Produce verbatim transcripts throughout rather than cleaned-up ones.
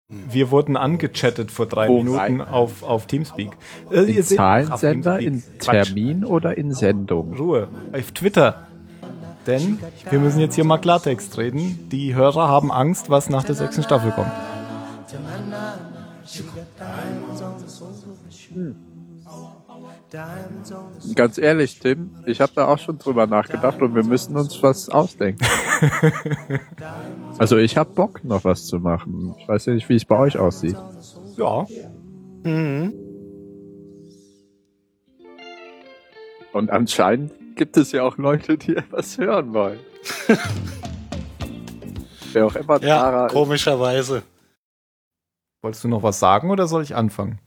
Wir wurden angechattet vor drei Wo Minuten rein? auf, auf Teamspeak. Äh, In ihr seht- Zahlensender, auf in Teamspeak. Quatsch. Termin oder in Sendung? Ruhe. Auf Twitter. Denn wir müssen jetzt hier mal Klartext reden. Die Hörer haben Angst, was nach der sechsten Staffel kommt. Ganz ehrlich, Tim, ich habe da auch schon drüber nachgedacht und wir müssen uns was ausdenken. Also ich habe Bock, noch was zu machen. Ich weiß ja nicht, wie es bei euch aussieht. Ja. Mhm. Und anscheinend gibt es ja auch Leute, die etwas hören wollen. Wer auch immer Ja, Tara ist. komischerweise. Wolltest du noch was sagen oder soll ich anfangen?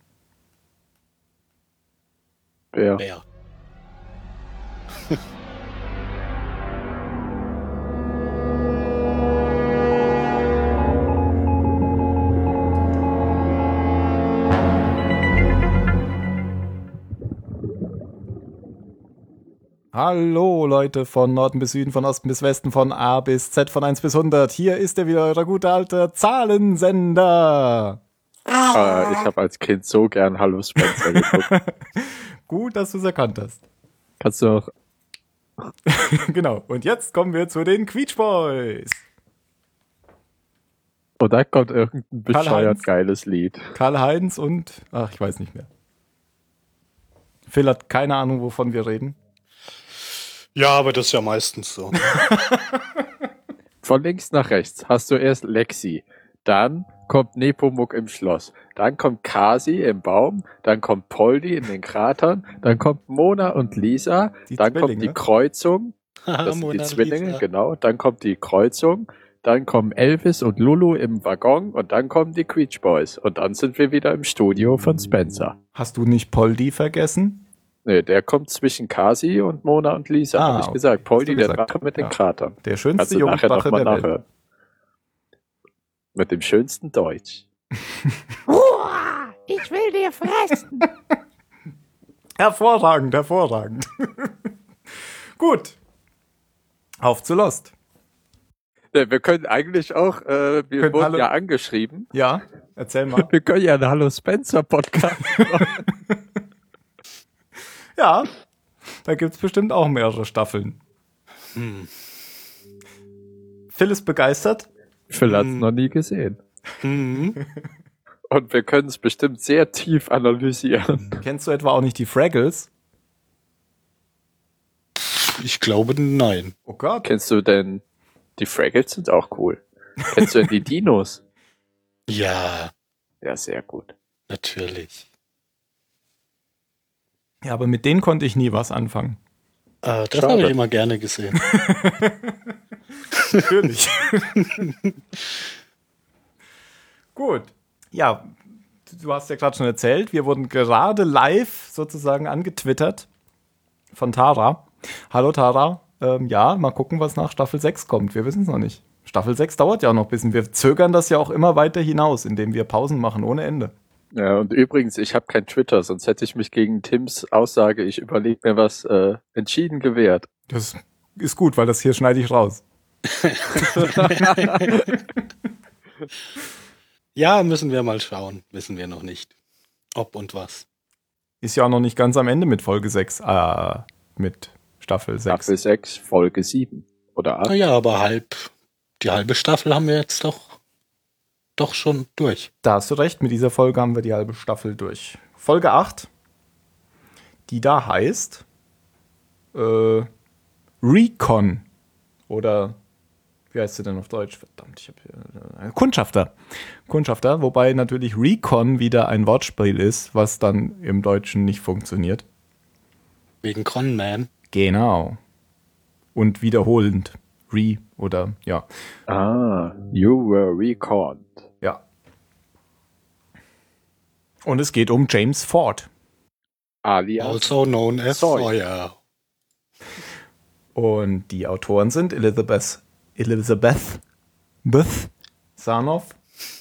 Wer? Wer? Hallo Leute von Norden bis Süden, von Osten bis Westen, von A bis Z, von eins bis hundert. Hier ist er wieder, euer gute alte Zahlensender. Äh, ich habe als Kind so gern Hallo Spencer geguckt. Gut, dass du es erkannt hast. Kannst du auch... Genau, und jetzt kommen wir zu den Quietsch Boys. Und da kommt irgendein Karl-Heinz. bescheuert geiles Lied. Karl-Heinz und, ach, ich weiß nicht mehr. Phil hat keine Ahnung, wovon wir reden. Ja, aber das ist ja meistens so. Von links nach rechts hast du erst Lexi, dann kommt Nepomuk im Schloss, dann kommt Kasi im Baum, dann kommt Poldi in den Kratern, dann kommt Mona und Lisa, Die dann kommt Zwillinge. die Kreuzung, das sind die Mona Zwillinge, Lisa. genau, dann kommt die Kreuzung, dann kommen Elvis und Lulu im Waggon und dann kommen die Quietsch Boys und dann sind wir wieder im Studio von Spencer. Hast du nicht Poldi vergessen? Nee, der kommt zwischen Kasi und Mona und Lisa, Ah, habe ich okay. gesagt. Poldi, Hast du der gesagt. Drache mit den Ja. Kratern. Der Kannst schönste du nachher Jungdrache nochmal der Welt. nachhören. Mit dem schönsten Deutsch. Ich will dir fressen. Hervorragend, hervorragend. Gut. Auf zu Lost. Ja, wir können eigentlich auch, äh, wir Können wurden Hallo- ja angeschrieben. Ja, erzähl mal. Wir können ja einen Hallo Spencer Podcast machen. Ja, da gibt's bestimmt auch mehrere Staffeln. Hm. Phil ist begeistert. Phil hat's Hm. noch nie gesehen. Mhm. Und wir können es bestimmt sehr tief analysieren. Kennst du etwa auch nicht die Fraggles? Ich glaube, nein. Oh Gott. Kennst du denn, die Fraggles sind auch cool. Kennst du denn die Dinos? Ja, Ja, sehr gut. natürlich. Ja, aber mit denen konnte ich nie was anfangen. Äh, das Schade. habe ich immer gerne gesehen. Natürlich. Gut. Ja, du hast ja gerade schon erzählt, wir wurden gerade live sozusagen angetwittert von Tara. Hallo Tara. Ähm, ja, mal gucken, was nach Staffel sechs kommt. Wir wissen es noch nicht. Staffel sechs dauert ja auch noch ein bisschen. Wir zögern das ja auch immer weiter hinaus, indem wir Pausen machen ohne Ende. Ja, und übrigens, ich habe kein Twitter, sonst hätte ich mich gegen Tims Aussage, ich überlege mir was, äh, entschieden gewehrt. Das ist gut, weil das hier schneide ich raus. Ja, müssen wir mal schauen. Wissen wir noch nicht. Ob und was. Ist ja auch noch nicht ganz am Ende mit Folge sechs. Äh, mit Staffel sechs. Staffel sechs, Folge sieben. Oder acht. Naja, aber halb, die halbe Staffel haben wir jetzt doch, doch schon durch. Da hast du recht, mit dieser Folge haben wir die halbe Staffel durch. Folge acht, die da heißt äh, Recon. Oder wie heißt sie denn auf Deutsch? Verdammt, ich habe hier. Äh, Kundschafter. Kundschafter, wobei natürlich Recon wieder ein Wortspiel ist, was dann im Deutschen nicht funktioniert. Wegen Conman. Genau. Und wiederholend. Re oder ja. Ah, you were reconned. Ja. Und es geht um James Ford. Alias. Also known as Sawyer. Sawyer. Und die Autoren sind Elizabeth Elizabeth Beth Sarnoff.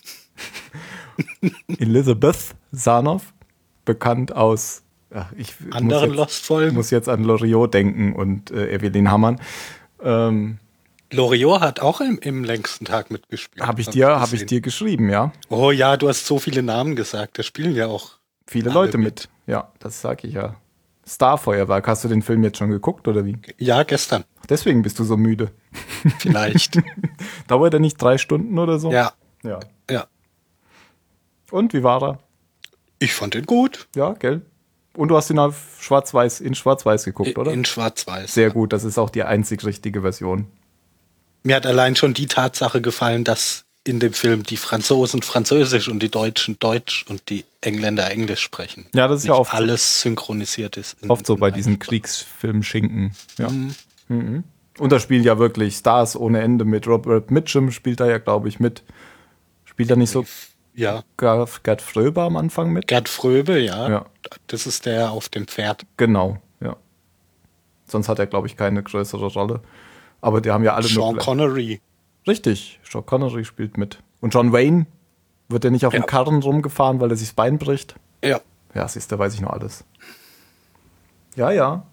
Elizabeth Sarnoff, bekannt aus ach, ich Anderen muss jetzt, Lost-Folgen. muss jetzt an Loriot denken und äh, Evelyn Hamann. Ähm, Loriot hat auch im, im längsten Tag mitgespielt. Habe ich Hab dir, habe ich gesehen. dir geschrieben, ja. Oh ja, du hast so viele Namen gesagt. Da spielen ja auch Viele alle Leute mit. Ja, das sag ich ja. Starfeuerwerk, hast du den Film jetzt schon geguckt oder wie? Ja, gestern. Deswegen bist du so müde. Vielleicht. Dauert er nicht drei Stunden oder so? Ja, Ja. ja. Und wie war er? Ich fand ihn gut. Ja, gell? Und du hast ihn auf Schwarz-Weiß, in Schwarz-Weiß geguckt, oder? In Schwarz-Weiß. Sehr gut, das ist auch die einzig richtige Version. Mir hat allein schon die Tatsache gefallen, dass in dem Film die Franzosen Französisch und die Deutschen Deutsch und die Engländer Englisch sprechen. Ja, das ist Nicht ja oft, alles synchronisiert ist. in- oft so in bei einem diesen Sprache. Kriegsfilmschinken. Ja. Mhm. Mhm. Und da spielen ja wirklich Stars ohne Ende mit. Robert Mitchum spielt da ja, glaube ich, mit. Spielt da nicht so Ja, Gerd Gerd Fröber am Anfang mit? Gerd Fröbe, ja. Ja, Das ist der auf dem Pferd. genau, ja. Sonst hat er, glaube ich, keine größere Rolle. Aber die haben ja alle Sean nur... Connery. Richtig, Sean Connery spielt mit. Und John Wayne, wird er nicht auf dem Ja. Karren rumgefahren, weil er sich das Bein bricht? Ja. Ja, siehst du, weiß ich noch alles. Ja, ja.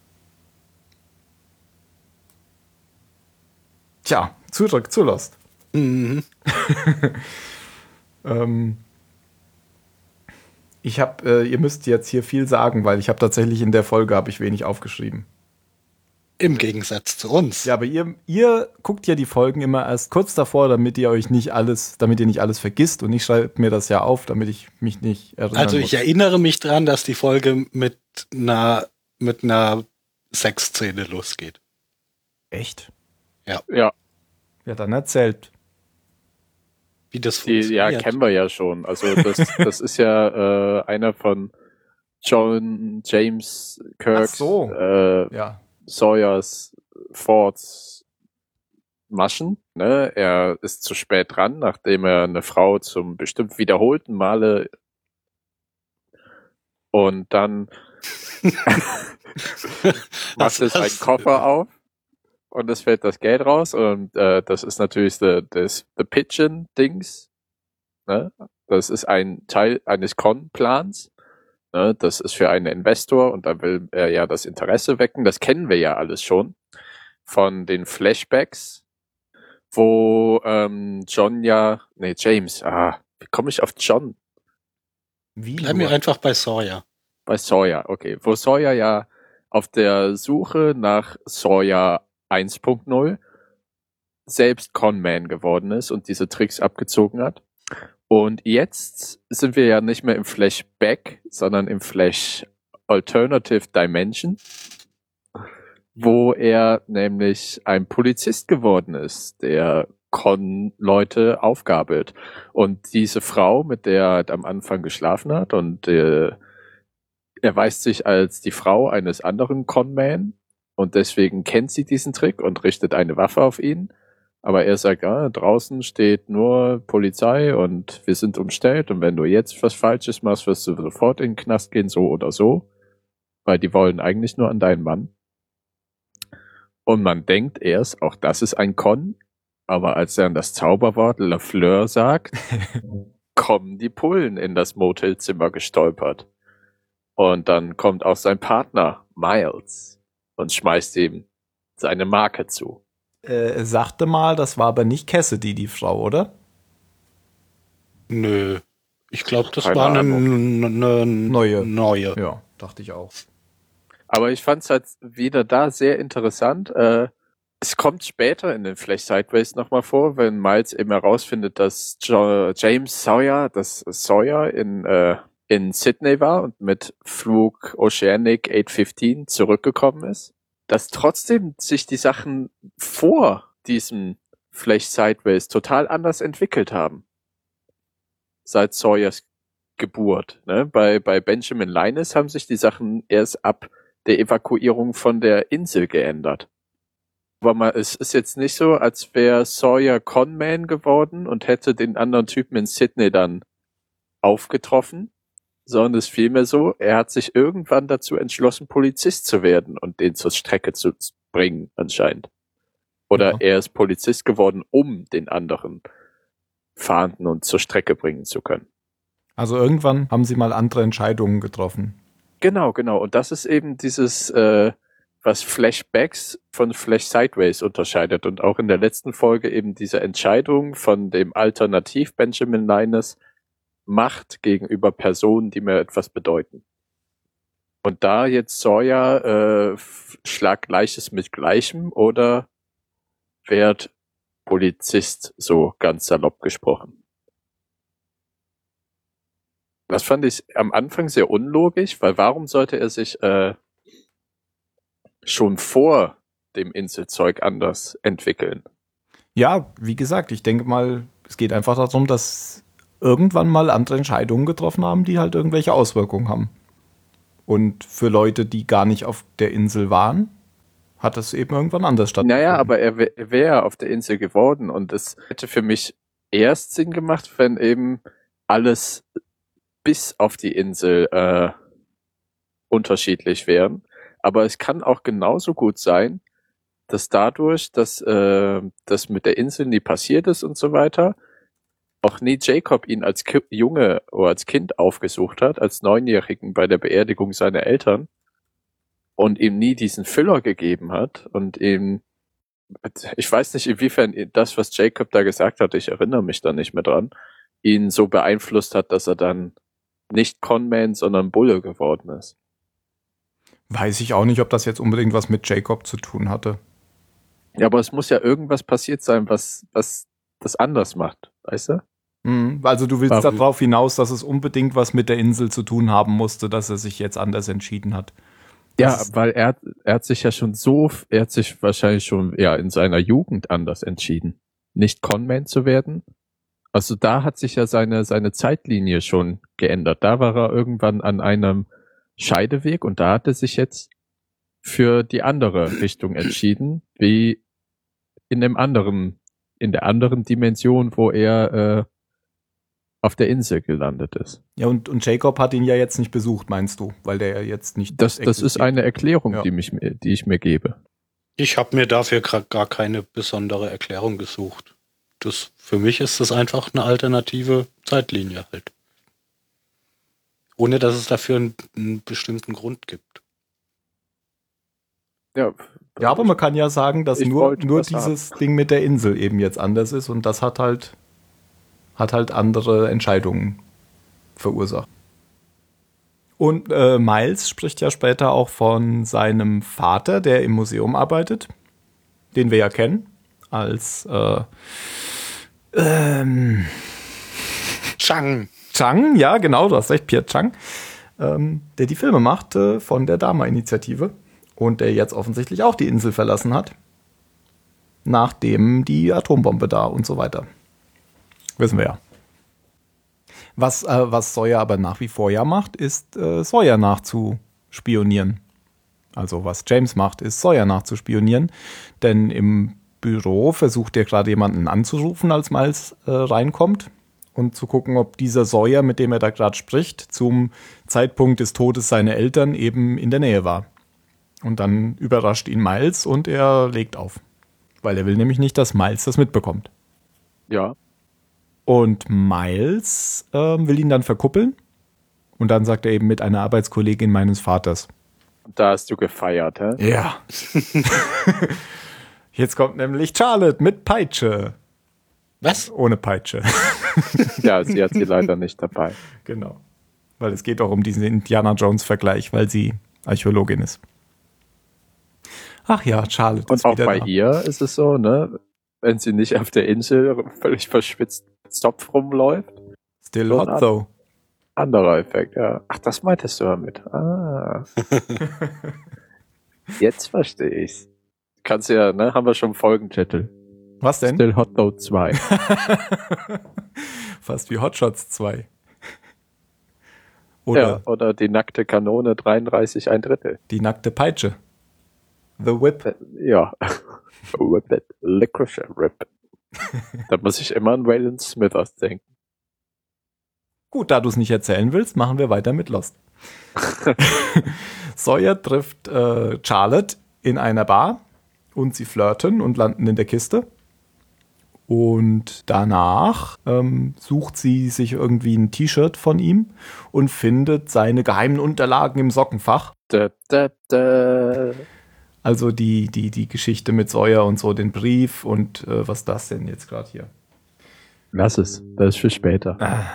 Tja, zurück zu Lost. Mhm. Ähm, ich habe, äh, ihr müsst jetzt hier viel sagen, weil ich habe tatsächlich in der Folge habe ich wenig aufgeschrieben. Im Gegensatz zu uns. Ja, aber ihr, ihr guckt ja die Folgen immer erst kurz davor, damit ihr euch nicht alles, damit ihr nicht alles vergisst und ich schreibe mir das ja auf, damit ich mich nicht erinnern Also muss. ich erinnere mich dran, dass die Folge mit einer mit einer Sexszene losgeht. Echt? Ja, Ja, dann erzählt. Wie das die ja, funktioniert. kennen wir ja schon. Also das, das ist ja äh, einer von John James Kirk Ach so. äh, Ja. Sawyers Fords Maschen. Ne? Er ist zu spät dran, nachdem er eine Frau zum bestimmt wiederholten Male und dann macht es einen Koffer auf und es fällt das Geld raus und äh, das ist natürlich the, das the Pigeon Dings. Ne? Das ist ein Teil eines Con-Plans. Ne? Das ist für einen Investor und da will er ja das Interesse wecken. Das kennen wir ja alles schon von den Flashbacks, wo ähm, John ja, nee, James, ah, wie komme ich auf John? Wie? Bleib mir nur? einfach bei Sawyer. Bei Sawyer, okay. Wo Sawyer ja auf der Suche nach Sawyer eins Punkt null selbst Conman geworden ist und diese Tricks abgezogen hat. Und jetzt sind wir ja nicht mehr im Flashback, sondern im Flash Alternative Dimension, wo er nämlich ein Polizist geworden ist, der Con-Leute aufgabelt. Und diese Frau, mit der er halt am Anfang geschlafen hat und äh, erweist sich als die Frau eines anderen Conman und deswegen kennt sie diesen Trick und richtet eine Waffe auf ihn. Aber er sagt, ah, draußen steht nur Polizei und wir sind umstellt und wenn du jetzt was Falsches machst, wirst du sofort in den Knast gehen, so oder so. Weil die wollen eigentlich nur an deinen Mann. Und man denkt erst, auch das ist ein Con, aber als er an das Zauberwort La Fleur sagt, kommen die Pullen in das Motelzimmer gestolpert. Und dann kommt auch sein Partner, Miles, und schmeißt ihm seine Marke zu. Äh, er sagte mal, das war aber nicht Cassidy, die Frau, oder? Nö. Ich glaube, das Keine war eine, Ahnung. eine Neue. neue. Ja, dachte ich auch. Aber ich fand es halt wieder da sehr interessant. Äh, es kommt später in den Flash Sideways nochmal vor, wenn Miles eben herausfindet, dass jo- James Sawyer, dass Sawyer in, äh, in Sydney war und mit Flug Oceanic acht fünfzehn zurückgekommen ist, dass trotzdem sich die Sachen vor diesem Flash Sideways total anders entwickelt haben. Seit Sawyers Geburt. Ne? Bei, bei Benjamin Linus haben sich die Sachen erst ab der Evakuierung von der Insel geändert. Aber mal, es ist jetzt nicht so, als wäre Sawyer Conman geworden und hätte den anderen Typen in Sydney dann aufgetroffen, sondern es ist vielmehr so, er hat sich irgendwann dazu entschlossen, Polizist zu werden und den zur Strecke zu bringen, anscheinend. Oder Ja. er ist Polizist geworden, um den anderen fahnden und zur Strecke bringen zu können. Also irgendwann haben sie mal andere Entscheidungen getroffen. Genau, genau. Und das ist eben dieses, äh, was Flashbacks von Flash Sideways unterscheidet und auch in der letzten Folge eben diese Entscheidung von dem Alternativ Benjamin Linus Macht gegenüber Personen, die mir etwas bedeuten. Und da jetzt Sawyer äh, schlag Gleiches mit Gleichem oder werd Polizist, so ganz salopp gesprochen. Das fand ich am Anfang sehr unlogisch, weil warum sollte er sich äh, schon vor dem Inselzeug anders entwickeln? Ja, wie gesagt, ich denke mal, es geht einfach darum, dass irgendwann mal andere Entscheidungen getroffen haben, die halt irgendwelche Auswirkungen haben. Und für Leute, die gar nicht auf der Insel waren, hat das eben irgendwann anders stattgefunden. Naja, aber er wäre wär auf der Insel geworden und es hätte für mich erst Sinn gemacht, wenn eben alles bis auf die Insel äh, unterschiedlich wären. Aber es kann auch genauso gut sein, dass dadurch, dass äh, das mit der Insel nie passiert ist und so weiter, auch nie Jacob ihn als Ki- Junge oder als Kind aufgesucht hat, als Neunjährigen bei der Beerdigung seiner Eltern und ihm nie diesen Füller gegeben hat und ihm, ich weiß nicht, inwiefern das, was Jacob da gesagt hat, ich erinnere mich da nicht mehr dran, ihn so beeinflusst hat, dass er dann nicht Conman, sondern Bulle geworden ist. Weiß ich auch nicht, ob das jetzt unbedingt was mit Jacob zu tun hatte. Ja, aber es muss ja irgendwas passiert sein, was, was das anders macht, weißt du? Mhm, also du willst Warum? darauf hinaus, dass es unbedingt was mit der Insel zu tun haben musste, dass er sich jetzt anders entschieden hat. Ja, Das- weil er, er hat sich ja schon so, er hat sich wahrscheinlich schon ja in seiner Jugend anders entschieden, nicht Conman zu werden. Also da hat sich ja seine seine Zeitlinie schon geändert. Da war er irgendwann an einem Scheideweg und da hat er sich jetzt für die andere Richtung entschieden, wie in dem anderen, in der anderen Dimension, wo er äh, auf der Insel gelandet ist. Ja, und, und Jacob hat ihn ja jetzt nicht besucht, meinst du? Weil der ja jetzt nicht... Das, das ist existiert. eine Erklärung, Ja. die mich, die ich mir gebe. Ich habe mir dafür gra- gar keine besondere Erklärung gesucht. Das, für mich ist das einfach eine alternative Zeitlinie halt. Ohne dass es dafür einen, einen bestimmten Grund gibt. Ja, Ja, aber man kann ja sagen, dass Ich nur, wollte nur was dieses Ding mit der Insel eben jetzt anders ist und das hat halt, hat halt andere Entscheidungen verursacht. Und äh, Miles spricht ja später auch von seinem Vater, der im Museum arbeitet, den wir ja kennen, als äh, ähm, Chang! Chang, ja genau, du hast recht, Pierre Chang, ähm, der die Filme macht äh, von der Dharma-Initiative und der jetzt offensichtlich auch die Insel verlassen hat, nachdem die Atombombe da und so weiter. Wissen wir ja. Was, äh, was Sawyer aber nach wie vor ja macht, ist äh, Sawyer nachzuspionieren. Also was James macht, ist Sawyer nachzuspionieren, denn im Büro versucht er gerade jemanden anzurufen, als Miles äh, reinkommt und zu gucken, ob dieser Sawyer, mit dem er da gerade spricht, zum Zeitpunkt des Todes seiner Eltern eben in der Nähe war. Und dann überrascht ihn Miles und er legt auf. Weil er will nämlich nicht, dass Miles das mitbekommt. ja. Und Miles äh, will ihn dann verkuppeln. Und dann sagt er eben mit einer Arbeitskollegin meines Vaters. Da hast du gefeiert, hä? Ja. Jetzt kommt nämlich Charlotte mit Peitsche. Was? Ohne Peitsche. Ja, sie hat sie leider nicht dabei. Genau. Weil es geht auch um diesen Indiana Jones-Vergleich, weil sie Archäologin ist. Ach ja, Charlotte Und ist auch wieder bei da. ihr ist es so, ne? Wenn sie nicht auf der Insel völlig verschwitzt Zopf rumläuft. Still so hot eine though. Anderer Effekt, ja. Ach, das meintest du damit. Ah. Jetzt verstehe ich's. Kannst ja, ne? Haben wir schon einen Folgentitel. Was denn? Still Hot Though zwei. Fast wie Hotshots zwei. Oder Ja, oder die nackte Kanone dreiunddreißig ein Drittel. die nackte Peitsche. The Whip. Äh, Ja. Whip it. Licorice Rip. Da muss ich immer an Waylon Smithers denken. Gut, da du es nicht erzählen willst, machen wir weiter mit Lost. Sawyer trifft äh, Charlotte in einer Bar und sie flirten und landen in der Kiste. Und danach ähm, sucht sie sich irgendwie ein T-Shirt von ihm und findet seine geheimen Unterlagen im Sockenfach. Da, da, da. Also die, die, die Geschichte mit Sawyer und so, den Brief und äh, was ist das denn jetzt gerade hier? Lass es, das ist für später. Ah.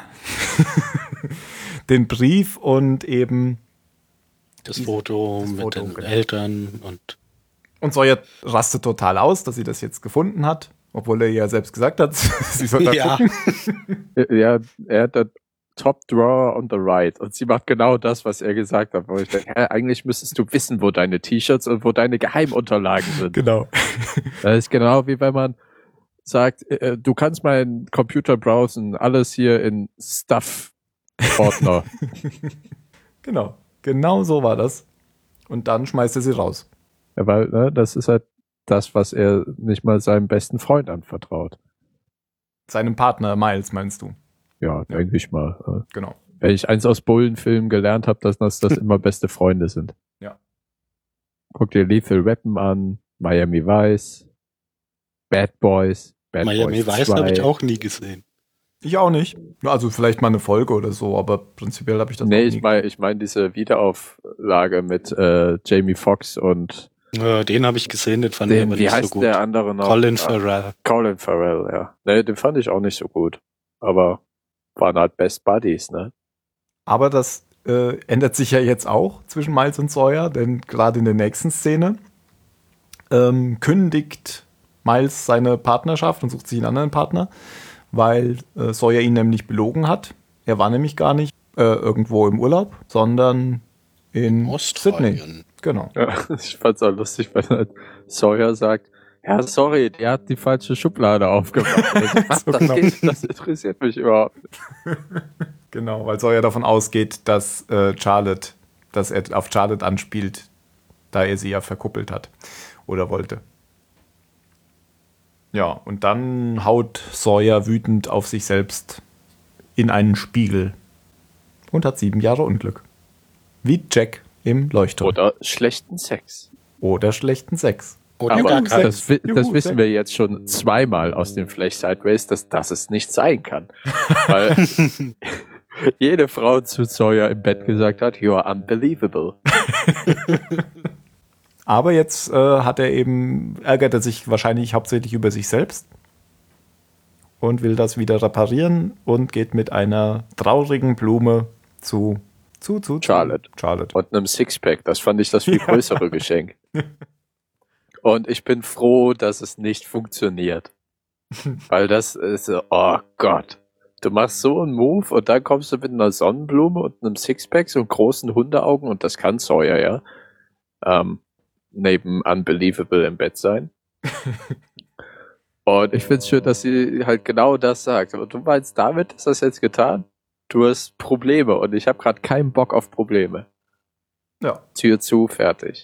Den Brief und eben Das Foto das mit Foto, den genau. Eltern und Und Sawyer rastet total aus, dass sie das jetzt gefunden hat, obwohl er ja selbst gesagt hat, sie soll da ja, gucken. Ja, er hat den Top Drawer on the right und sie macht genau das, was er gesagt hat. Wo ich denke, hä, eigentlich müsstest du wissen, wo deine T-Shirts und wo deine Geheimunterlagen sind. Genau. Das ist genau wie wenn man sagt, äh, du kannst meinen Computer browsen, alles hier in Stuff-Ordner. Genau. Genau so war das. Und dann schmeißt er sie raus. Ja, weil, ne, das ist halt das, was er nicht mal seinem besten Freund anvertraut. Seinem Partner Miles, meinst du? Ja, denke ich mal. Genau. Wenn ich eins aus Bullenfilmen gelernt habe, dass das, das immer beste Freunde sind. Ja. Guck dir Lethal Weapon an, Miami Vice, Bad Boys, Bad Miami Boys Vice habe ich zwei. auch nie gesehen. Ich auch nicht. Also vielleicht mal eine Folge oder so, aber prinzipiell habe ich das Nee, noch ich nie. meine ich mein diese Wiederauflage mit äh, Jamie Foxx und Äh, den habe ich gesehen, den fand ich den, aber wie nicht heißt so gut. der andere noch? Colin Ja, Farrell. Colin Farrell, ja. Nee, den fand ich auch nicht so gut. Aber waren halt Best Buddies, ne? Aber das äh, ändert sich ja jetzt auch zwischen Miles und Sawyer, denn gerade in der nächsten Szene ähm, kündigt Miles seine Partnerschaft und sucht sich einen anderen Partner, weil äh, Sawyer ihn nämlich belogen hat. Er war nämlich gar nicht äh, irgendwo im Urlaub, sondern in Sydney. Australien. Genau. Ja, ich fand's auch lustig, wenn halt Sawyer sagt, ja, sorry, der hat die falsche Schublade aufgemacht. Was, So das, genau. geht, das interessiert mich überhaupt nicht. Genau, weil Sawyer davon ausgeht, dass äh, Charlotte, dass er auf Charlotte anspielt, da er sie ja verkuppelt hat oder wollte. Ja, und dann haut Sawyer wütend auf sich selbst in einen Spiegel und hat sieben Jahre Unglück. Wie Jack im Leuchtturm. Oder schlechten Sex. Oder schlechten Sex. Oder Aber gar Sex. kein. das, wi- das Juhu, wissen Sex. wir jetzt schon zweimal aus den Flash Sideways, dass das es nicht sein kann. Weil jede Frau zu Sawyer im Bett gesagt hat, you are unbelievable. Aber jetzt äh, hat er eben, ärgert er sich wahrscheinlich hauptsächlich über sich selbst und will das wieder reparieren und geht mit einer traurigen Blume zu, zu, zu, zu Charlotte. Charlotte. Und einem Sixpack. Das fand ich das viel Ja. größere Geschenk. Und ich bin froh, dass es nicht funktioniert. Weil das ist, so, oh Gott. Du machst so einen Move und dann kommst du mit einer Sonnenblume und einem Sixpack, so großen Hundeaugen, und das kann Sawyer, ja. Ähm, neben Unbelievable im Bett sein. Und ich find's schön, dass sie halt genau das sagt. Und du meinst, damit ist das jetzt getan? Du hast Probleme und ich habe gerade keinen Bock auf Probleme. Ja. Tür zu, fertig.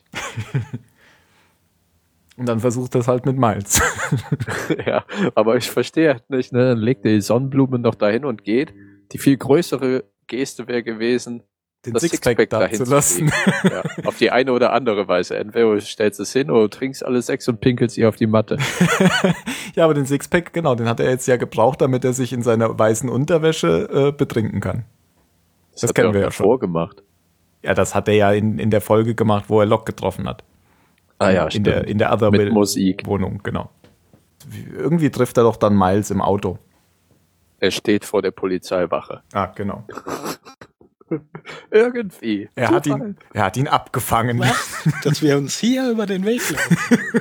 Und dann versucht das halt mit Miles. Ja, aber ich verstehe halt nicht, ne? Dann legt er die Sonnenblume noch dahin und geht. Die viel größere Geste wäre gewesen, Den das Sixpack, Sixpack da dahin zu zu lassen. Ja, auf die eine oder andere Weise. Entweder du stellst es hin oder du trinkst alle sechs und pinkelst ihr auf die Matte. Ja, aber den Sixpack, genau, den hat er jetzt ja gebraucht, damit er sich in seiner weißen Unterwäsche äh, betrinken kann. Das hat kennen er wir auch ja schon. davor gemacht. Ja, das hat er ja in, in der Folge gemacht, wo er Locke getroffen hat. Ah ja, in stimmt. der, in der Other Mit Will Musik. Wohnung, genau. Irgendwie trifft er doch dann Miles im Auto. Er steht vor der Polizeiwache. Ah, genau. Irgendwie. Er hat Zufall. ihn, er hat ihn abgefangen. Was? Dass wir uns hier über den Weg laufen.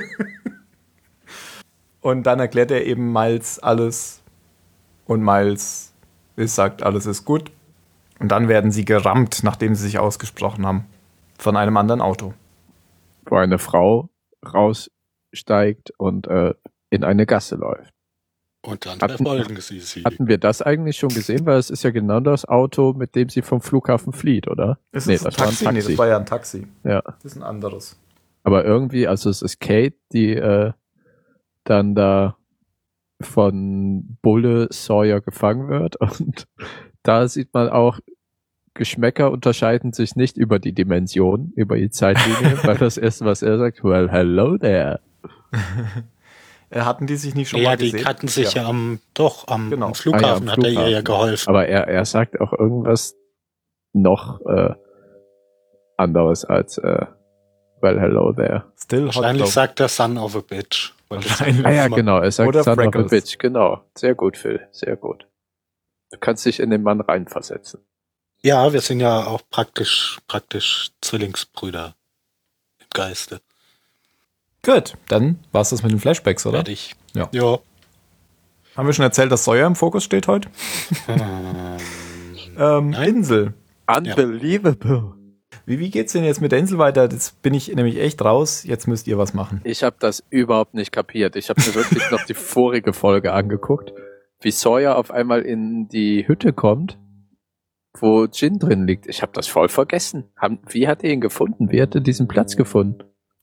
Und dann erklärt er eben Miles alles. Und Miles ist, sagt, alles ist gut. Und dann werden sie gerammt, nachdem sie sich ausgesprochen haben. Von einem anderen Auto. Wo eine Frau raussteigt und äh, in eine Gasse läuft. Und dann Hatten- verfolgen sie sie. Hatten wir das eigentlich schon gesehen? Weil es ist ja genau das Auto, mit dem sie vom Flughafen flieht, oder? Ist Nee, das, das ein war ein Taxi? Nee, Taxi. das war ja ein Taxi. Ja. Das ist ein anderes. Aber irgendwie, also es ist Kate, die äh, dann da von Bulle Sawyer gefangen wird. Und da sieht man auch, Geschmäcker unterscheiden sich nicht über die Dimension, über die Zeitlinie, weil das erste, was er sagt, well, hello there. Äh, Hatten die sich nicht schon Ja, mal die gesehen? kannten sich ja, am, doch, am, Genau. am Flughafen Ah ja, am hat er ihr ja Flughafen. geholfen. Aber er, er sagt auch irgendwas noch äh, anderes als äh, Well, hello there. Still hot Wahrscheinlich dog. sagt der Son of a Bitch. Weil das- Wahrscheinlich. Ah ja, genau, er sagt Oder Son of a Freckles. Bitch, genau. Sehr gut, Phil, sehr gut. Du kannst dich in den Mann reinversetzen. Ja, wir sind ja auch praktisch, praktisch Zwillingsbrüder im Geiste. Gut, dann war's das mit den Flashbacks, oder? Fertig. Ja. Ja. Haben wir schon erzählt, dass Sawyer im Fokus steht heute? Ähm, Ähm, Nein. Insel. Unbelievable. Wie, wie geht's denn jetzt mit der Insel weiter? Das bin ich nämlich echt raus. Jetzt müsst ihr was machen. Ich habe das überhaupt nicht kapiert. Ich habe mir wirklich noch die vorige Folge angeguckt, wie Sawyer auf einmal in die Hütte kommt, wo Jin drin liegt. Ich habe das voll vergessen. Haben, wie hat er ihn gefunden? Wie hat er diesen Platz gefunden?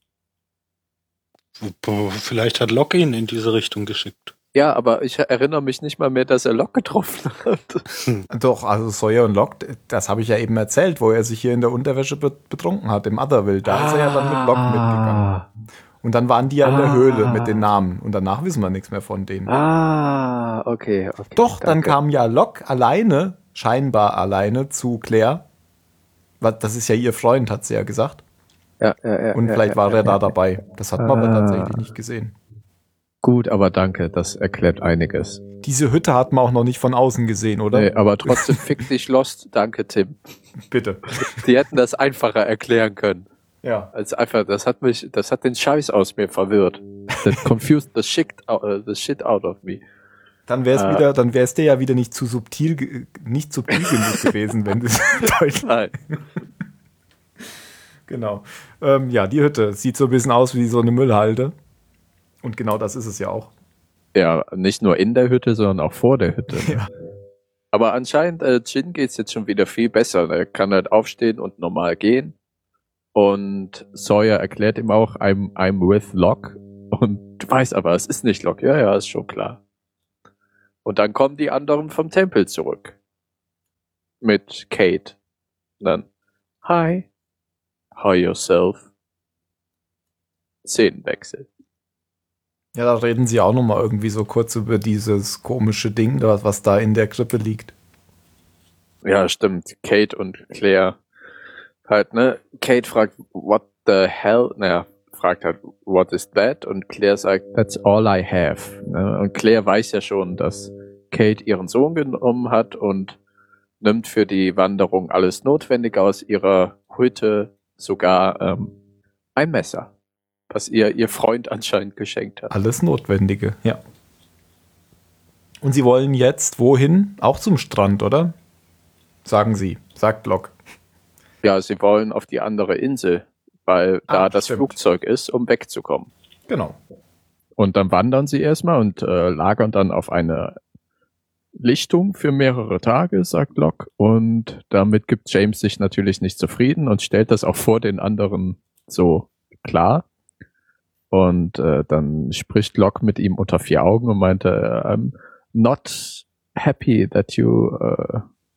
Vielleicht hat Locke ihn in diese Richtung geschickt. Ja, aber ich erinnere mich nicht mal mehr, dass er Locke getroffen hat. Doch, also Sawyer und Locke, das habe ich ja eben erzählt, wo er sich hier in der Unterwäsche be- betrunken hat, im Otherville. Da ist er ja dann mit Locke mitgegangen. Und dann waren die ja in der Ah. Höhle mit den Namen. Und danach wissen wir nichts mehr von denen. Ah, okay, okay. Doch, dann danke. kam ja Locke alleine, scheinbar alleine, zu Claire. Was- Das ist ja ihr Freund, hat sie ja gesagt. Ja, ja, ja, Und ja, vielleicht ja, war ja, er da ja. dabei. Das hat man aber Ah. tatsächlich nicht gesehen. Gut, aber danke, das erklärt einiges. Diese Hütte hat man auch noch nicht von außen gesehen, oder? Nee, aber trotzdem fick dich Lost. Danke, Tim. Bitte. Die hätten das einfacher erklären können. Ja. Als einfach, das hat mich, das hat den Scheiß aus mir verwirrt. That confused the shit, out- uh, the shit out of me. Dann wäre es Äh. wieder, dann wäre es dir ja wieder nicht zu subtil, ge- nicht subtil genug gewesen, wenn das deutlich. Nein. Genau. Ähm, ja, die Hütte sieht so ein bisschen aus wie so eine Müllhalde. Und genau das ist es ja auch. Ja, nicht nur in der Hütte, sondern auch vor der Hütte. Ja. Aber anscheinend, äh, Jin geht's jetzt schon wieder viel besser. Er kann halt aufstehen und normal gehen. Und Sawyer erklärt ihm auch, I'm, I'm with Locke. Und du weißt aber, es ist nicht Locke. Ja, ja, ist schon klar. Und dann kommen die anderen vom Tempel zurück. Mit Kate. Und dann, hi. Hi yourself. Szenenwechsel. Ja, da reden sie auch noch mal irgendwie so kurz über dieses komische Ding, was was da in der Krippe liegt. Ja, stimmt. Kate und Claire halt, ne? Kate fragt, what the hell? Naja, fragt halt, what is that? Und Claire sagt, that's all I have. Ne? Und Claire weiß ja schon, dass Kate ihren Sohn genommen hat und nimmt für die Wanderung alles Notwendige aus ihrer Hütte, sogar ähm, ein Messer, was ihr ihr Freund anscheinend geschenkt hat. Alles Notwendige, ja. Und sie wollen jetzt wohin? Auch zum Strand, oder? Sagen sie, sagt Locke. Ja, sie wollen auf die andere Insel, weil da Ah, das stimmt. Flugzeug ist, um wegzukommen. Genau. Und dann wandern sie erstmal und äh, lagern dann auf eine Lichtung für mehrere Tage, sagt Locke. Und damit gibt James sich natürlich nicht zufrieden und stellt das auch vor den anderen so klar. Und äh, dann spricht Locke mit ihm unter vier Augen und meinte, äh, I'm not happy that you äh,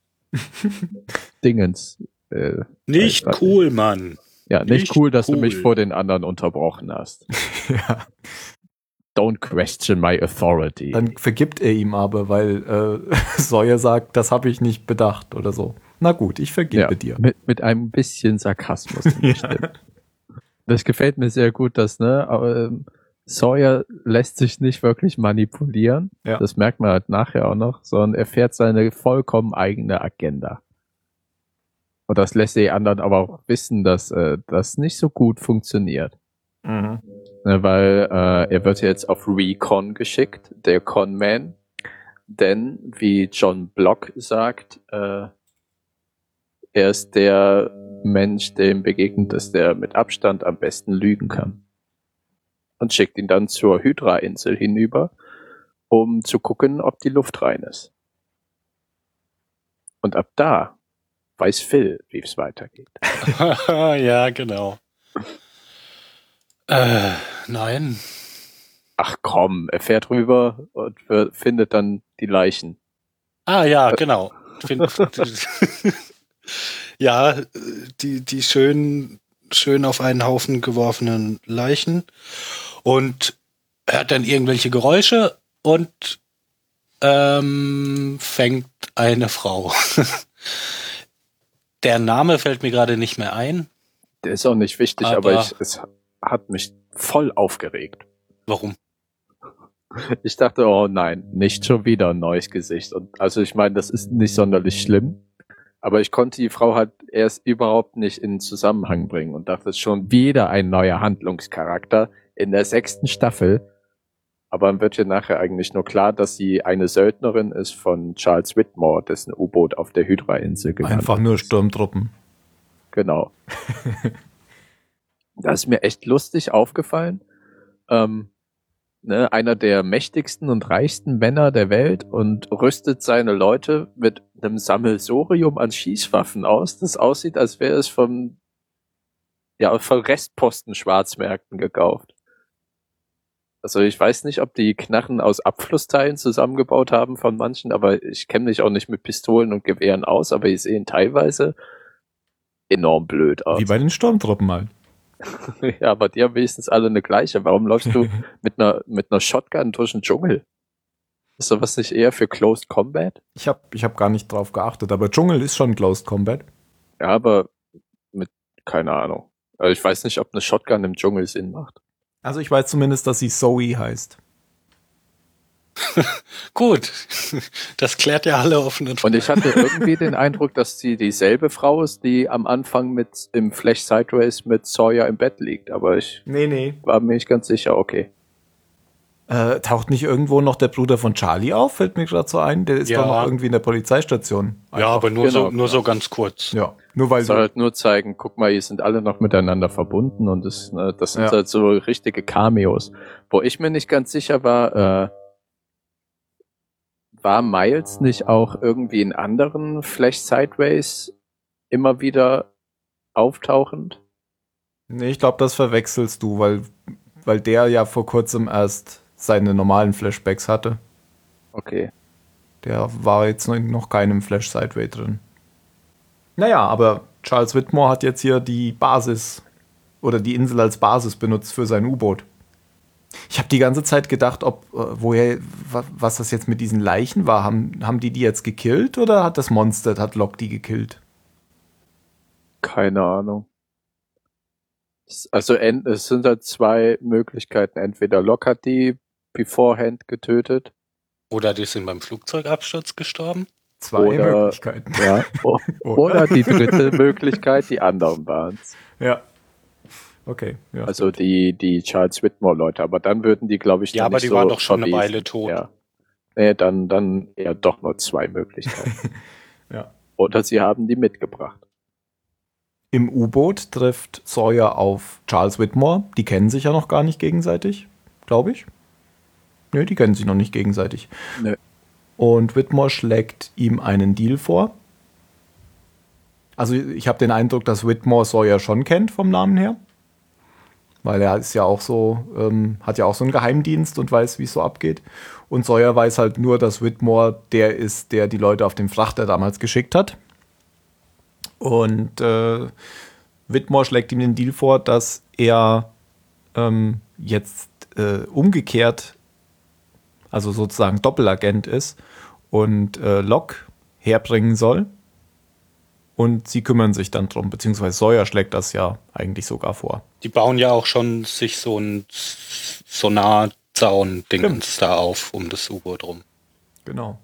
Dingens. Äh, Nicht weiß grad cool, Mann. Ja, nicht, Nicht cool, dass cool. du mich vor den anderen unterbrochen hast. Ja. Don't question my authority. Dann vergibt er ihm aber, weil äh, Sawyer sagt, das habe ich nicht bedacht oder so. Na gut, ich vergebe ja, dir. Mit, mit einem bisschen Sarkasmus. in der Stimme. Das gefällt mir sehr gut, dass, ne, ähm, Sawyer lässt sich nicht wirklich manipulieren. Ja. Das merkt man halt nachher auch noch, sondern er fährt seine vollkommen eigene Agenda. Und das lässt die anderen aber auch wissen, dass äh, das nicht so gut funktioniert. Mhm. Ne, weil äh, er wird jetzt auf Recon geschickt, der Conman. Denn, wie John Block sagt, äh, er ist der Mensch, dem begegnet ist, der mit Abstand am besten lügen kann. Und schickt ihn dann zur Hydra-Insel hinüber, um zu gucken, ob die Luft rein ist. Und ab da weiß Phil, wie es weitergeht. Ja, genau. Äh, nein. Ach komm, er fährt rüber und wir- findet dann die Leichen. Ah, ja, genau. Find, ja, die, die schön, schön auf einen Haufen geworfenen Leichen und hört dann irgendwelche Geräusche und ähm, fängt eine Frau. Der Name fällt mir gerade nicht mehr ein. Der ist auch nicht wichtig, aber, Aber- ich, es hat mich voll aufgeregt. Warum? Ich dachte, oh nein, nicht schon wieder ein neues Gesicht. Und also ich meine, das ist nicht sonderlich schlimm, aber ich konnte die Frau halt erst überhaupt nicht in Zusammenhang bringen und dachte, es ist schon wieder ein neuer Handlungscharakter in der sechsten Staffel. Aber dann wird hier nachher eigentlich nur klar, dass sie eine Söldnerin ist von Charles Whitmore, dessen U-Boot auf der Hydra-Insel gelandet Einfach nur ist. Sturmtruppen. Genau. Das ist mir echt lustig aufgefallen. Ähm, ne, einer der mächtigsten und reichsten Männer der Welt und rüstet seine Leute mit einem Sammelsurium an Schießwaffen aus, das aussieht, als wäre es vom, ja, von Restposten-Schwarzmärkten gekauft. Also ich weiß nicht, ob die Knarren aus Abflussteilen zusammengebaut haben von manchen, aber ich kenne mich auch nicht mit Pistolen und Gewehren aus, aber die sehen teilweise enorm blöd aus. Wie bei den Sturmtruppen halt. Ja, aber die haben wenigstens alle eine gleiche. Warum läufst du mit einer, mit einer Shotgun durch den Dschungel? Ist sowas nicht eher für Closed Combat? Ich habe ich hab gar nicht drauf geachtet, aber Dschungel ist schon Closed Combat. Ja, aber mit, keine Ahnung. Also ich weiß nicht, ob eine Shotgun im Dschungel Sinn macht. Also ich weiß zumindest, dass sie Zoe heißt. Gut, das klärt ja alle offenen Und ich hatte irgendwie den Eindruck, dass sie dieselbe Frau ist, die am Anfang mit im Flash Sideways mit Sawyer im Bett liegt. Aber ich Nee, nee. war mir nicht ganz sicher, okay. Äh, taucht nicht irgendwo noch der Bruder von Charlie auf? Fällt mir gerade so ein. Der ist Ja. doch noch irgendwie in der Polizeistation. Ja, aber nur, Genau, so, nur so ganz kurz. Ja, nur weil Soll sie... halt nur zeigen, guck mal, hier sind alle noch miteinander verbunden und das, ne, das sind Ja. halt so richtige Cameos. Wo ich mir nicht ganz sicher war, äh, war Miles nicht auch irgendwie in anderen Flash Sideways immer wieder auftauchend? Nee, ich glaube, das verwechselst du, weil, weil der ja vor kurzem erst seine normalen Flashbacks hatte. Okay. Der war jetzt noch- noch keinem Flash Sideway drin. Naja, aber Charles Whitmore hat jetzt hier die Basis oder die Insel als Basis benutzt für sein U-Boot. Ich habe die ganze Zeit gedacht, ob äh, woher wa, was das jetzt mit diesen Leichen war. Haben, haben die die jetzt gekillt oder hat das Monster, hat Locke die gekillt? Keine Ahnung. Es- Also en- es sind halt zwei Möglichkeiten. Entweder Locke hat die beforehand getötet. Oder die sind beim Flugzeugabsturz gestorben. Zwei Oder- Möglichkeiten. Ja. O- Oder die dritte Möglichkeit, die anderen waren's. Ja. Okay. Ja. Also die, die Charles Whitmore-Leute. Aber dann würden die, glaube ich, Ja, dann aber nicht die so waren doch schon eine verwesen. Weile tot. Ja. Nee, dann, dann eher doch nur zwei Möglichkeiten. Ja. Oder sie haben die mitgebracht. Im U-Boot trifft Sawyer auf Charles Whitmore. Die kennen sich ja noch gar nicht gegenseitig, glaube ich. Nö, die kennen sich noch nicht gegenseitig. Nö. Und Whitmore schlägt ihm einen Deal vor. Also ich habe den Eindruck, dass Whitmore Sawyer schon kennt vom Namen her. Weil er ist ja auch so, ähm, hat ja auch so einen Geheimdienst und weiß, wie es so abgeht. Und Sawyer weiß halt nur, dass Whitmore der ist, der die Leute auf dem Frachter damals geschickt hat. Und äh, Whitmore schlägt ihm den Deal vor, dass er ähm, jetzt äh, umgekehrt, also sozusagen Doppelagent ist und äh, Locke herbringen soll. Und sie kümmern sich dann drum, beziehungsweise Sawyer schlägt das ja eigentlich sogar vor. Die bauen ja auch schon sich so ein Sonarzaun-Dingens da auf um das U-Boot rum. Genau.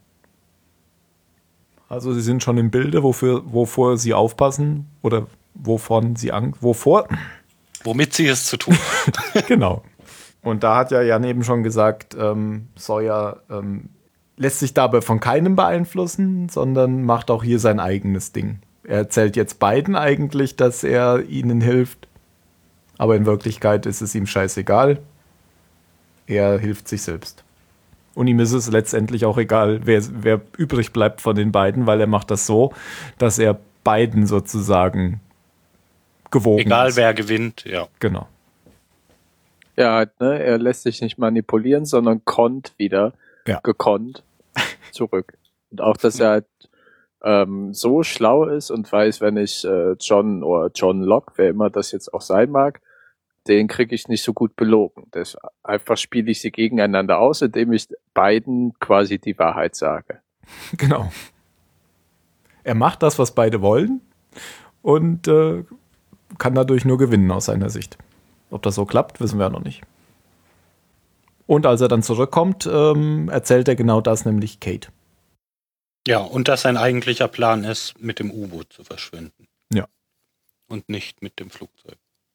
Also sie sind schon im Bilde, wofür, wovor sie aufpassen oder wovon sie Angst, wovor, Womit sie es zu tun haben. genau. Und da hat ja Jan eben schon gesagt, ähm, Sawyer ähm, lässt sich dabei von keinem beeinflussen, sondern macht auch hier sein eigenes Ding. Er erzählt jetzt beiden eigentlich, dass er ihnen hilft, aber in Wirklichkeit ist es ihm scheißegal. Er hilft sich selbst. Und ihm ist es letztendlich auch egal, wer, wer übrig bleibt von den beiden, weil er macht das so, dass er beiden sozusagen gewogen Egal ist. wer gewinnt, ja. Genau. Ja, ne, er lässt sich nicht manipulieren, sondern konnt wieder, Ja. gekonnt, zurück. Und auch, dass er halt ähm, so schlau ist und weiß, wenn ich äh, John oder John Locke, wer immer das jetzt auch sein mag, den kriege ich nicht so gut belogen. Das einfach spiele ich sie gegeneinander aus, indem ich beiden quasi die Wahrheit sage. Genau. Er macht das, was beide wollen und äh, kann dadurch nur gewinnen aus seiner Sicht. Ob das so klappt, wissen wir ja noch nicht. Und als er dann zurückkommt, ähm, erzählt er genau das, nämlich Kate. Ja, und dass sein eigentlicher Plan ist, mit dem U-Boot zu verschwinden. Ja. Und nicht mit dem Flugzeug.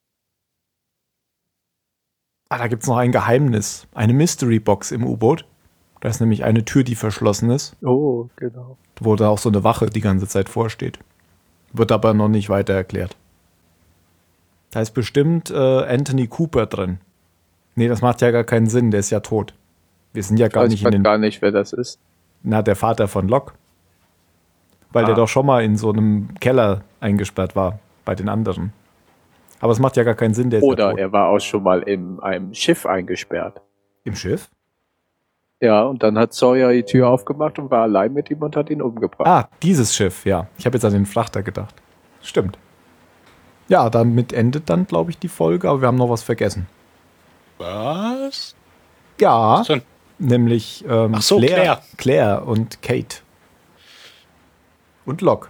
Ah, da gibt es noch ein Geheimnis. Eine Mystery-Box im U-Boot. Da ist nämlich eine Tür, die verschlossen ist. Oh, genau. Wo da auch so eine Wache die ganze Zeit vorsteht. Wird aber noch nicht weiter erklärt. Da ist bestimmt äh, Anthony Cooper drin. Nee, das macht ja gar keinen Sinn, der ist ja tot. Wir sind ja gar ich nicht weiß in den... gar nicht, wer das ist. Na, der Vater von Locke. Weil Ah. der doch schon mal in so einem Keller eingesperrt war, bei den anderen. Aber es macht ja gar keinen Sinn, der ist Oder ja tot. er war auch schon mal in einem Schiff eingesperrt. Im Schiff? Ja, und dann hat Sawyer die Tür aufgemacht und war allein mit ihm und hat ihn umgebracht. Ah, dieses Schiff, ja. Ich habe jetzt an den Frachter gedacht. Stimmt. Ja, damit endet dann, glaube ich, die Folge, aber wir haben noch was vergessen. Was? Ja, Was denn? nämlich ähm, Ach so, Claire. Claire und Kate. Und Locke.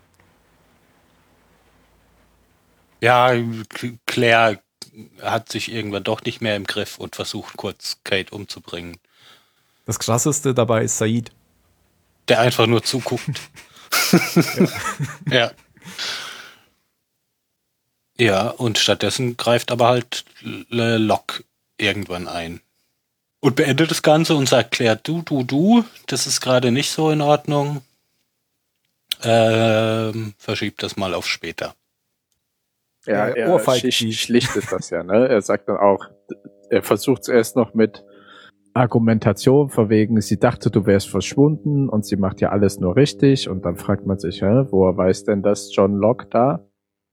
Ja, K- Claire hat sich irgendwann doch nicht mehr im Griff und versucht kurz Kate umzubringen. Das Krasseste dabei ist Said. Der einfach nur zuguckt. ja. Ja, und stattdessen greift aber halt L- Locke irgendwann ein. Und beendet das Ganze und sagt, Claire, du, du, du, das ist gerade nicht so in Ordnung. Ähm, verschiebt das mal auf später. Ja, Er er ohrfeigt schlicht, die. schlichtet das ja, ne? Er sagt dann auch, er versucht es erst noch mit Argumentation, von wegen, sie dachte, du wärst verschwunden und sie macht ja alles nur richtig und dann fragt man sich, hä, woher weiß denn das John Locke da?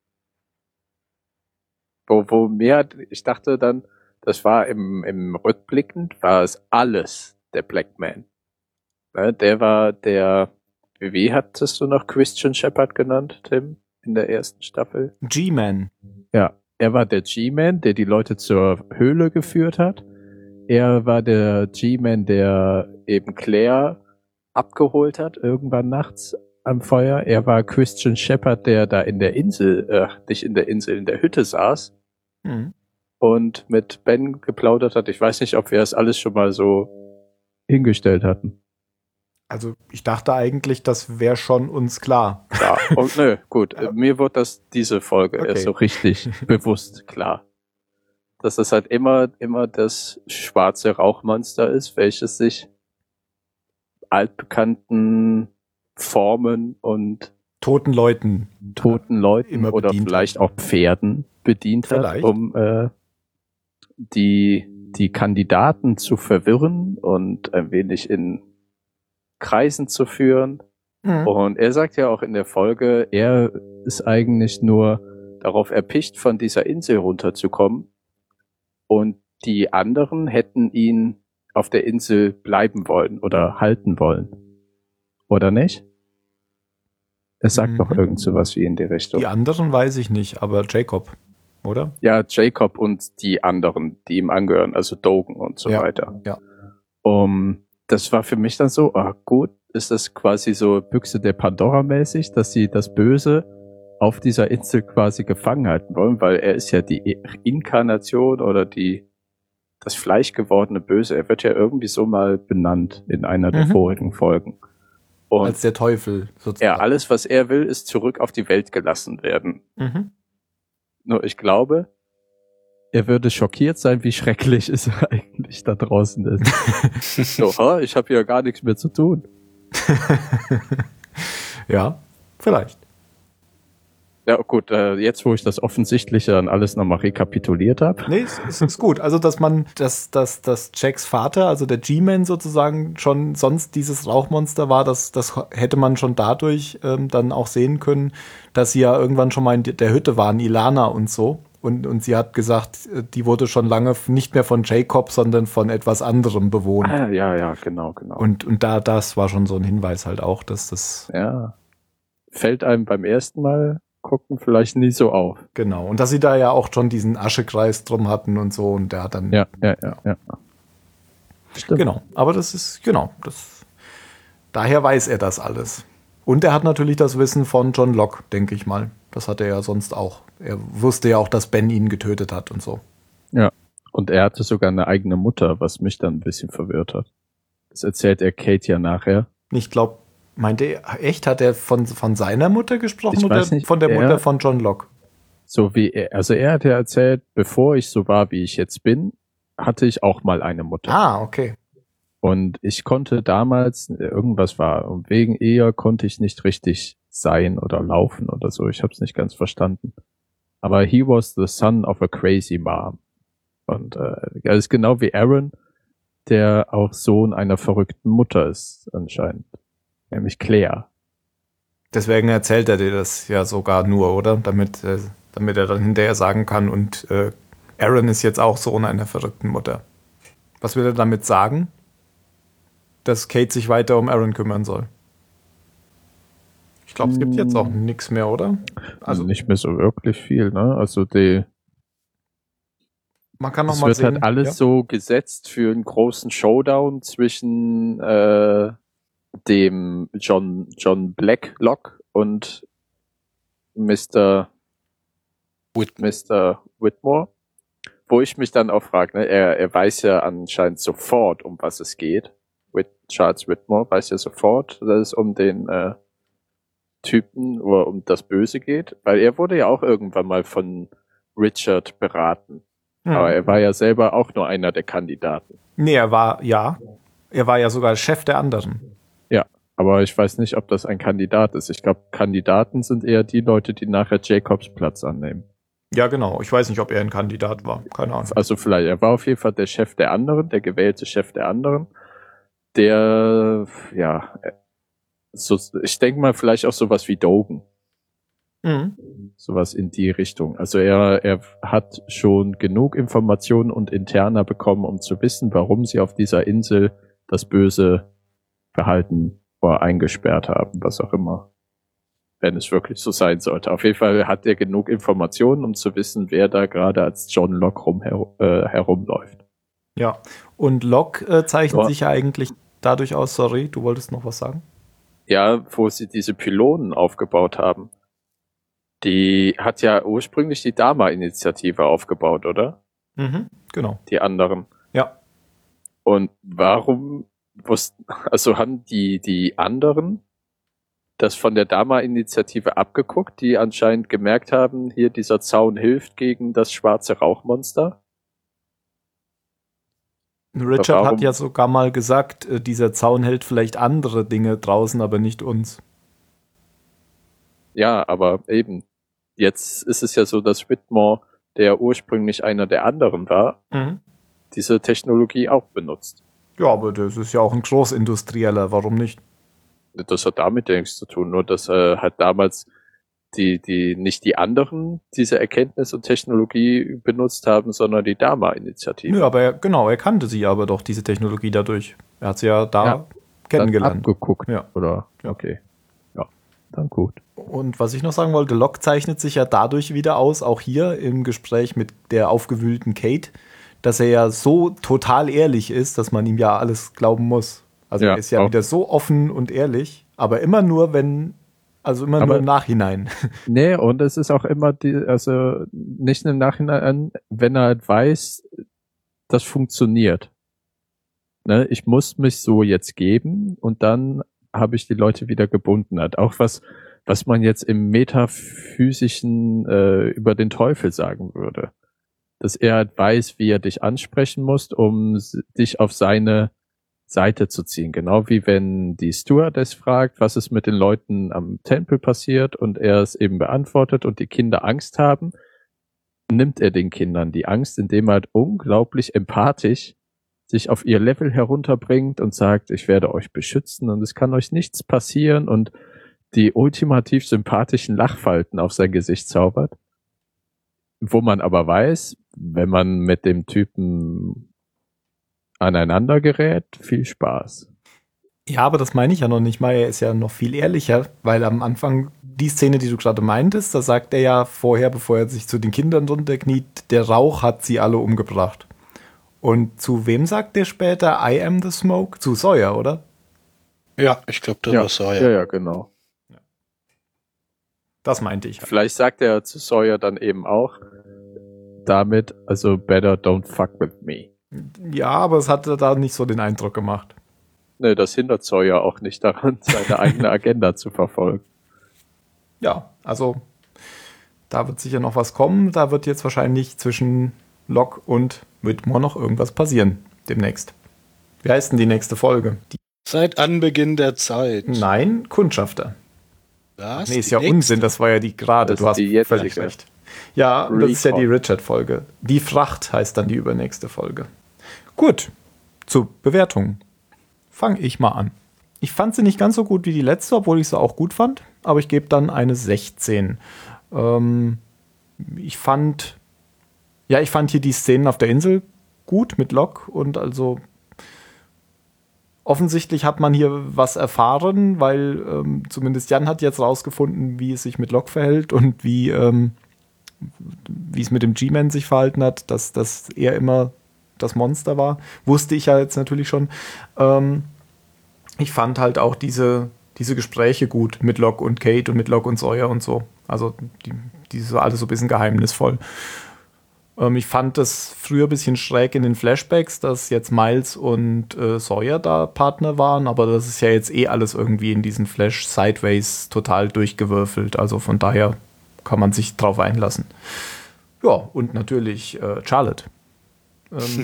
Wo, wo mehr, ich dachte dann, das war im, im Rückblickend, war es alles der Black Man. Ne? Der war der, wie, wie hattest du noch Christian Shepard genannt, Tim, in der ersten Staffel? G-Man. Ja, er war der G-Man, der die Leute zur Höhle geführt hat. Er war der G-Man, der eben Claire abgeholt hat, irgendwann nachts am Feuer. Er war Christian Shepard, der da in der Insel, äh, nicht in der Insel, in der Hütte saß Hm. und mit Ben geplaudert hat. Ich weiß nicht, ob wir das alles schon mal so hingestellt hatten. Also ich dachte eigentlich, das wäre schon uns klar. Ja, und nö, gut. Äh, Mir wird das diese Folge Okay. erst so richtig bewusst klar. Dass das halt immer, immer das schwarze Rauchmonster ist, welches sich altbekannten Formen und Toten Leuten. toten Leuten Immer oder bedient vielleicht auch Pferden bedient Vielleicht. hat, um äh, die, die Kandidaten zu verwirren und ein wenig in Kreisen zu führen. Mhm. Und er sagt ja auch in der Folge, er ist eigentlich nur darauf erpicht, von dieser Insel runterzukommen. Und die anderen hätten ihn auf der Insel bleiben wollen oder halten wollen. Oder nicht? Er sagt Mhm. doch irgend sowas wie in die Richtung. Die anderen weiß ich nicht, aber Jacob, oder? Ja, Jacob und die anderen, die ihm angehören, also Dogen und so Ja, weiter. ja. Um, das war für mich dann so, ah gut, ist das quasi so Büchse der Pandora mäßig, dass sie das Böse auf dieser Insel quasi gefangen halten wollen, weil er ist ja die Inkarnation oder die das fleischgewordene Böse. Er wird ja irgendwie so mal benannt in einer der Mhm. vorigen Folgen. Und Als der Teufel sozusagen. ja, alles, was er will, ist zurück auf die Welt gelassen werden. Mhm. Nur ich glaube, er würde schockiert sein, wie schrecklich es eigentlich da draußen ist. So, ha, ich habe hier gar nichts mehr zu tun. Ja, vielleicht. Ja, gut, äh, jetzt, wo ich das Offensichtliche dann alles nochmal rekapituliert habe. Nee, es, es ist gut. Also, dass man, dass, dass, dass Jacks Vater, also der G-Man sozusagen, schon sonst dieses Rauchmonster war, das, das hätte man schon dadurch ähm, dann auch sehen können, dass sie ja irgendwann schon mal in der Hütte waren, Ilana und so. Und, und sie hat gesagt, die wurde schon lange nicht mehr von Jacob, sondern von etwas anderem bewohnt. Ah, ja, ja, genau, genau. Und, und da, das war schon so ein Hinweis halt auch, dass das, ja, fällt einem beim ersten Mal gucken vielleicht nie so auf. genau. Und dass sie da ja auch schon diesen Aschekreis drum hatten und so. Und der hat dann, Ja, ja, ja, ja. Stimmt. genau. Aber das ist, genau, das, daher weiß er das alles. Und er hat natürlich das Wissen von John Locke, denke ich mal. Das hat er ja sonst auch. Er wusste ja auch, dass Ben ihn getötet hat und so. Ja, und er hatte sogar eine eigene Mutter, was mich dann ein bisschen verwirrt hat. Das erzählt er Kate ja nachher. Ich glaube, meinte er, echt, hat er von, von seiner Mutter gesprochen Ich oder weiß nicht, von der er- Mutter von John Locke? So wie er, also er hat ja erzählt, bevor ich so war, wie ich jetzt bin, hatte ich auch mal eine Mutter. Ah, okay. Und ich konnte damals, irgendwas war, und wegen Ehe konnte ich nicht richtig sein oder laufen oder so. Ich habe es nicht ganz verstanden. Aber he was the son of a crazy mom. Und äh, er ist genau wie Aaron, der auch Sohn einer verrückten Mutter ist anscheinend. Nämlich Claire. Deswegen erzählt er dir das ja sogar nur, oder? Damit, äh, damit er dann hinterher sagen kann, und äh, Aaron ist jetzt auch Sohn einer verrückten Mutter. Was will er damit sagen? Dass Kate sich weiter um Aaron kümmern soll. Ich glaube, es gibt jetzt auch nichts mehr, oder? Also nicht mehr so wirklich viel, ne? Also die Man kann noch Es mal wird sehen. halt alles ja? so gesetzt für einen großen Showdown zwischen äh, dem John John Blacklock und Mister Whit- Mister Whitmore, wo ich mich dann auch frage, ne, er, er weiß ja anscheinend sofort, um was es geht. Whit, Charles Whitmore weiß ja sofort, dass es um den äh, Typen oder um das Böse geht, weil er wurde ja auch irgendwann mal von Richard beraten. Hm. Aber er war ja selber auch nur einer der Kandidaten. Nee, er war, ja. Er war ja sogar Chef der anderen. Ja, aber ich weiß nicht, ob das ein Kandidat ist. Ich glaube, Kandidaten sind eher die Leute, die nachher Jacobs Platz annehmen. Ja, genau. Ich weiß nicht, ob er ein Kandidat war. Keine Ahnung. Also vielleicht, er war auf jeden Fall der Chef der anderen, der gewählte Chef der anderen. Der, ja, so, ich denke mal vielleicht auch sowas wie Dogen. Mhm. Sowas in die Richtung. Also er, er hat schon genug Informationen und Interna bekommen, um zu wissen, warum sie auf dieser Insel das böse Verhalten oder eingesperrt haben, was auch immer. Wenn es wirklich so sein sollte. Auf jeden Fall hat er genug Informationen, um zu wissen, wer da gerade als John Locke rum, her, äh, herumläuft. Ja. Und Locke äh, zeichnet Ja. sich ja eigentlich dadurch aus, sorry, du wolltest noch was sagen? Ja, wo sie diese Pylonen aufgebaut haben. Die hat ja ursprünglich die Dharma-Initiative aufgebaut, oder? Mhm. Genau. Die anderen. Ja. Und warum wussten, also haben die, die anderen das von der Dharma-Initiative abgeguckt, die anscheinend gemerkt haben, hier dieser Zaun hilft gegen das schwarze Rauchmonster? Richard Warum? hat ja sogar mal gesagt, äh, dieser Zaun hält vielleicht andere Dinge draußen, aber nicht uns. Ja, aber eben, jetzt ist es ja so, dass Whitmore, der ursprünglich einer der anderen war, Mhm. diese Technologie auch benutzt. Ja, aber das ist ja auch ein Großindustrieller, warum nicht? Das hat damit ja nichts zu tun, nur dass äh, halt damals die, die, nicht die anderen diese Erkenntnis und Technologie benutzt haben, sondern die Dharma-Initiative. Nö, aber er, genau, er kannte sie aber doch, diese Technologie dadurch. Er hat sie ja da Ja, kennengelernt. Dann abgeguckt, Ja. oder? Ja. Okay. Ja, dann gut. Und was ich noch sagen wollte, Locke zeichnet sich ja dadurch wieder aus, auch hier im Gespräch mit der aufgewühlten Kate, dass er ja so total ehrlich ist, dass man ihm ja alles glauben muss. Also Ja, er ist ja auch. wieder so offen und ehrlich, aber immer nur, wenn, also immer Aber- nur im Nachhinein. Nee, und es ist auch immer die, also nicht im Nachhinein, wenn er halt weiß, das funktioniert. Ne, ich muss mich so jetzt geben und dann habe ich die Leute wieder gebunden. Hat auch was, was man jetzt im metaphysischen äh, über den Teufel sagen würde. Dass er halt weiß, wie er dich ansprechen muss, um s- dich auf seine Seite zu ziehen. Genau wie wenn die Stewardess fragt, was ist mit den Leuten am Tempel passiert und er es eben beantwortet und die Kinder Angst haben, nimmt er den Kindern die Angst, indem er halt unglaublich empathisch sich auf ihr Level herunterbringt und sagt, ich werde euch beschützen und es kann euch nichts passieren und die ultimativ sympathischen Lachfalten auf sein Gesicht zaubert. Wo man aber weiß, wenn man mit dem Typen aneinander gerät, viel Spaß. Ja, aber das meine ich ja noch nicht mal. Er ist ja noch viel ehrlicher, weil am Anfang die Szene, die du gerade meintest, da sagt er ja vorher, bevor er sich zu den Kindern runterkniet, der Rauch hat sie alle umgebracht. Und zu wem sagt der später, I am the smoke? Zu Sawyer, oder? Ja, ich glaube, das war so, ja, ja. ja, genau. Das meinte ich. Vielleicht sagt er zu Sawyer dann eben auch damit, also better don't fuck with me. Ja, aber es hat da nicht so den Eindruck gemacht. Ne, das hindert Sawyer auch nicht daran, seine eigene Agenda zu verfolgen. Ja, also da wird sicher noch was kommen. Da wird jetzt wahrscheinlich zwischen Locke und Whitmore noch irgendwas passieren demnächst. Wie heißt denn die nächste Folge? Die Seit Anbeginn der Zeit. Nein, Kundschafter. Was? Nee, ist Die ja nächste? Unsinn, das war ja die gerade. Das Du ist hast die jetzige. völlig recht. Ja, das ist ja die Recon. Richard-Folge. Die Fracht heißt dann die übernächste Folge. Gut, zur Bewertung. Fange ich mal an. Ich fand sie nicht ganz so gut wie die letzte, obwohl ich sie auch gut fand. Aber ich gebe dann eine sechzehn. Ähm, ich fand, ja, ich fand hier die Szenen auf der Insel gut mit Locke und also offensichtlich hat man hier was erfahren, weil ähm, zumindest Jan hat jetzt rausgefunden, wie es sich mit Locke verhält und wie, ähm, wie es mit dem G-Man sich verhalten hat, dass, dass er immer das Monster war. Wusste ich ja jetzt natürlich schon. Ähm, ich fand halt auch diese, diese Gespräche gut mit Locke und Kate und mit Locke und Sawyer und so. Also die, die so alles so ein bisschen geheimnisvoll. Ähm, ich fand das früher ein bisschen schräg in den Flashbacks, dass jetzt Miles und äh, Sawyer da Partner waren, aber das ist ja jetzt eh alles irgendwie in diesen Flash-Sideways total durchgewürfelt. Also von daher kann man sich drauf einlassen. Ja, und natürlich äh, Charlotte. Ähm,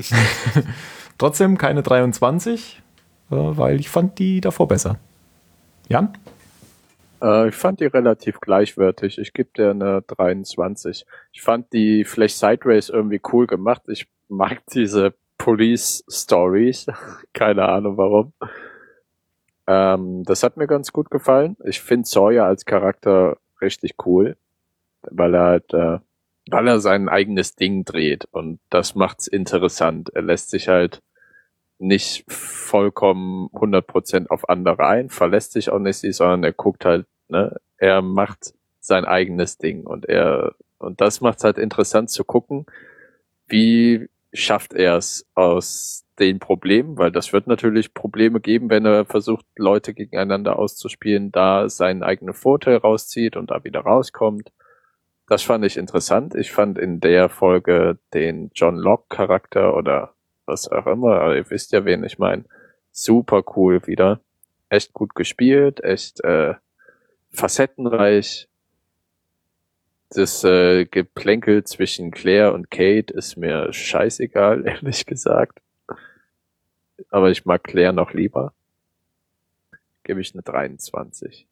trotzdem keine dreiundzwanzig, äh, weil ich fand die davor besser. Jan? Äh, ich fand die relativ gleichwertig. Ich gebe dir eine dreiundzwanzig. Ich fand die Flash Sideways irgendwie cool gemacht. Ich mag diese Police Stories. Keine Ahnung warum. Ähm, das hat mir ganz gut gefallen. Ich finde Sawyer als Charakter richtig cool, weil er halt, äh, weil er sein eigenes Ding dreht und das macht's interessant. Er lässt sich halt nicht vollkommen hundert Prozent auf andere ein, verlässt sich auch nicht sie, sondern er guckt halt, ne, er macht sein eigenes Ding und er, und das macht's halt interessant zu gucken, wie schafft er es aus den Problemen, weil das wird natürlich Probleme geben, wenn er versucht, Leute gegeneinander auszuspielen, da seinen eigenen Vorteil rauszieht und da wieder rauskommt. Das fand ich interessant. Ich fand in der Folge den John Locke-Charakter oder was auch immer, aber ihr wisst ja, wen ich meine, super cool wieder. Echt gut gespielt, echt äh, facettenreich. Das äh, Geplänkel zwischen Claire und Kate ist mir scheißegal, ehrlich gesagt. Aber ich mag Claire noch lieber. Gebe ich eine dreiundzwanzig.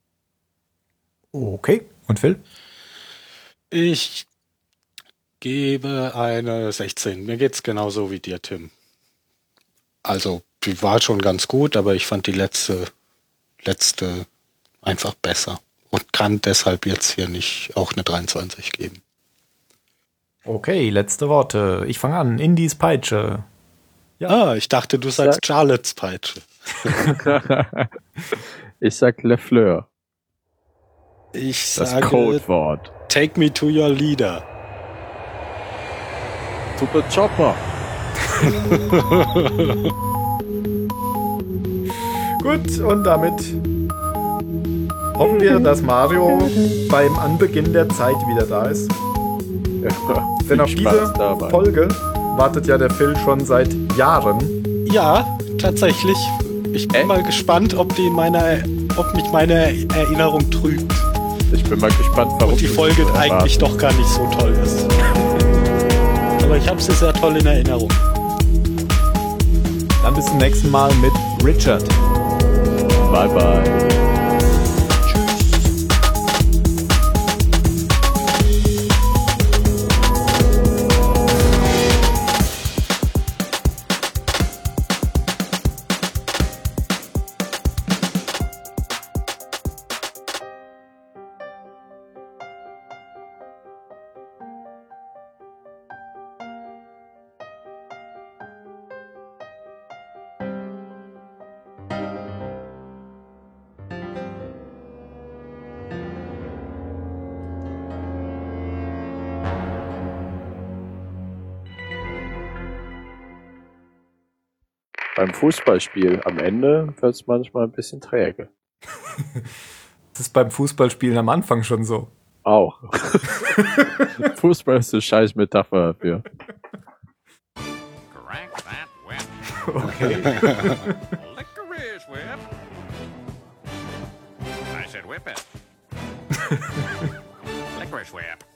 Okay. Und Phil? Ich gebe eine sechzehn. Mir geht's genauso wie dir, Tim. Also, die war schon ganz gut, aber ich fand die letzte, letzte einfach besser. Und kann deshalb jetzt hier nicht auch eine dreiundzwanzig geben. Okay, letzte Worte. Ich fange an. Indies Peitsche. Ja, ah, ich dachte, du sagst Charlottes Peitsche. Ich sag Le Fleur. Ich Das sage Codewort. Take me to your leader. To the chopper. Gut, und damit hoffen wir, dass Mario beim Anbeginn der Zeit wieder da ist. Ja, Denn auf diese dabei. Folge wartet ja der Phil schon seit Jahren. Ja, tatsächlich. Ich bin Äh? mal gespannt, ob, die meine, ob mich meine Erinnerung trügt. Ich bin mal gespannt, warum Und die du Folge so eigentlich erwartest. doch gar nicht so toll ist. Aber ich habe sie sehr toll in Erinnerung. Dann bis zum nächsten Mal mit Richard. Bye bye. Beim Fußballspiel am Ende wird es manchmal ein bisschen träge. Das das beim Fußballspielen am Anfang schon so? Auch. Fußball ist eine scheiß Metapher dafür. Crack that whip. Okay. Licorice whip. I said whip it. Licorice whip.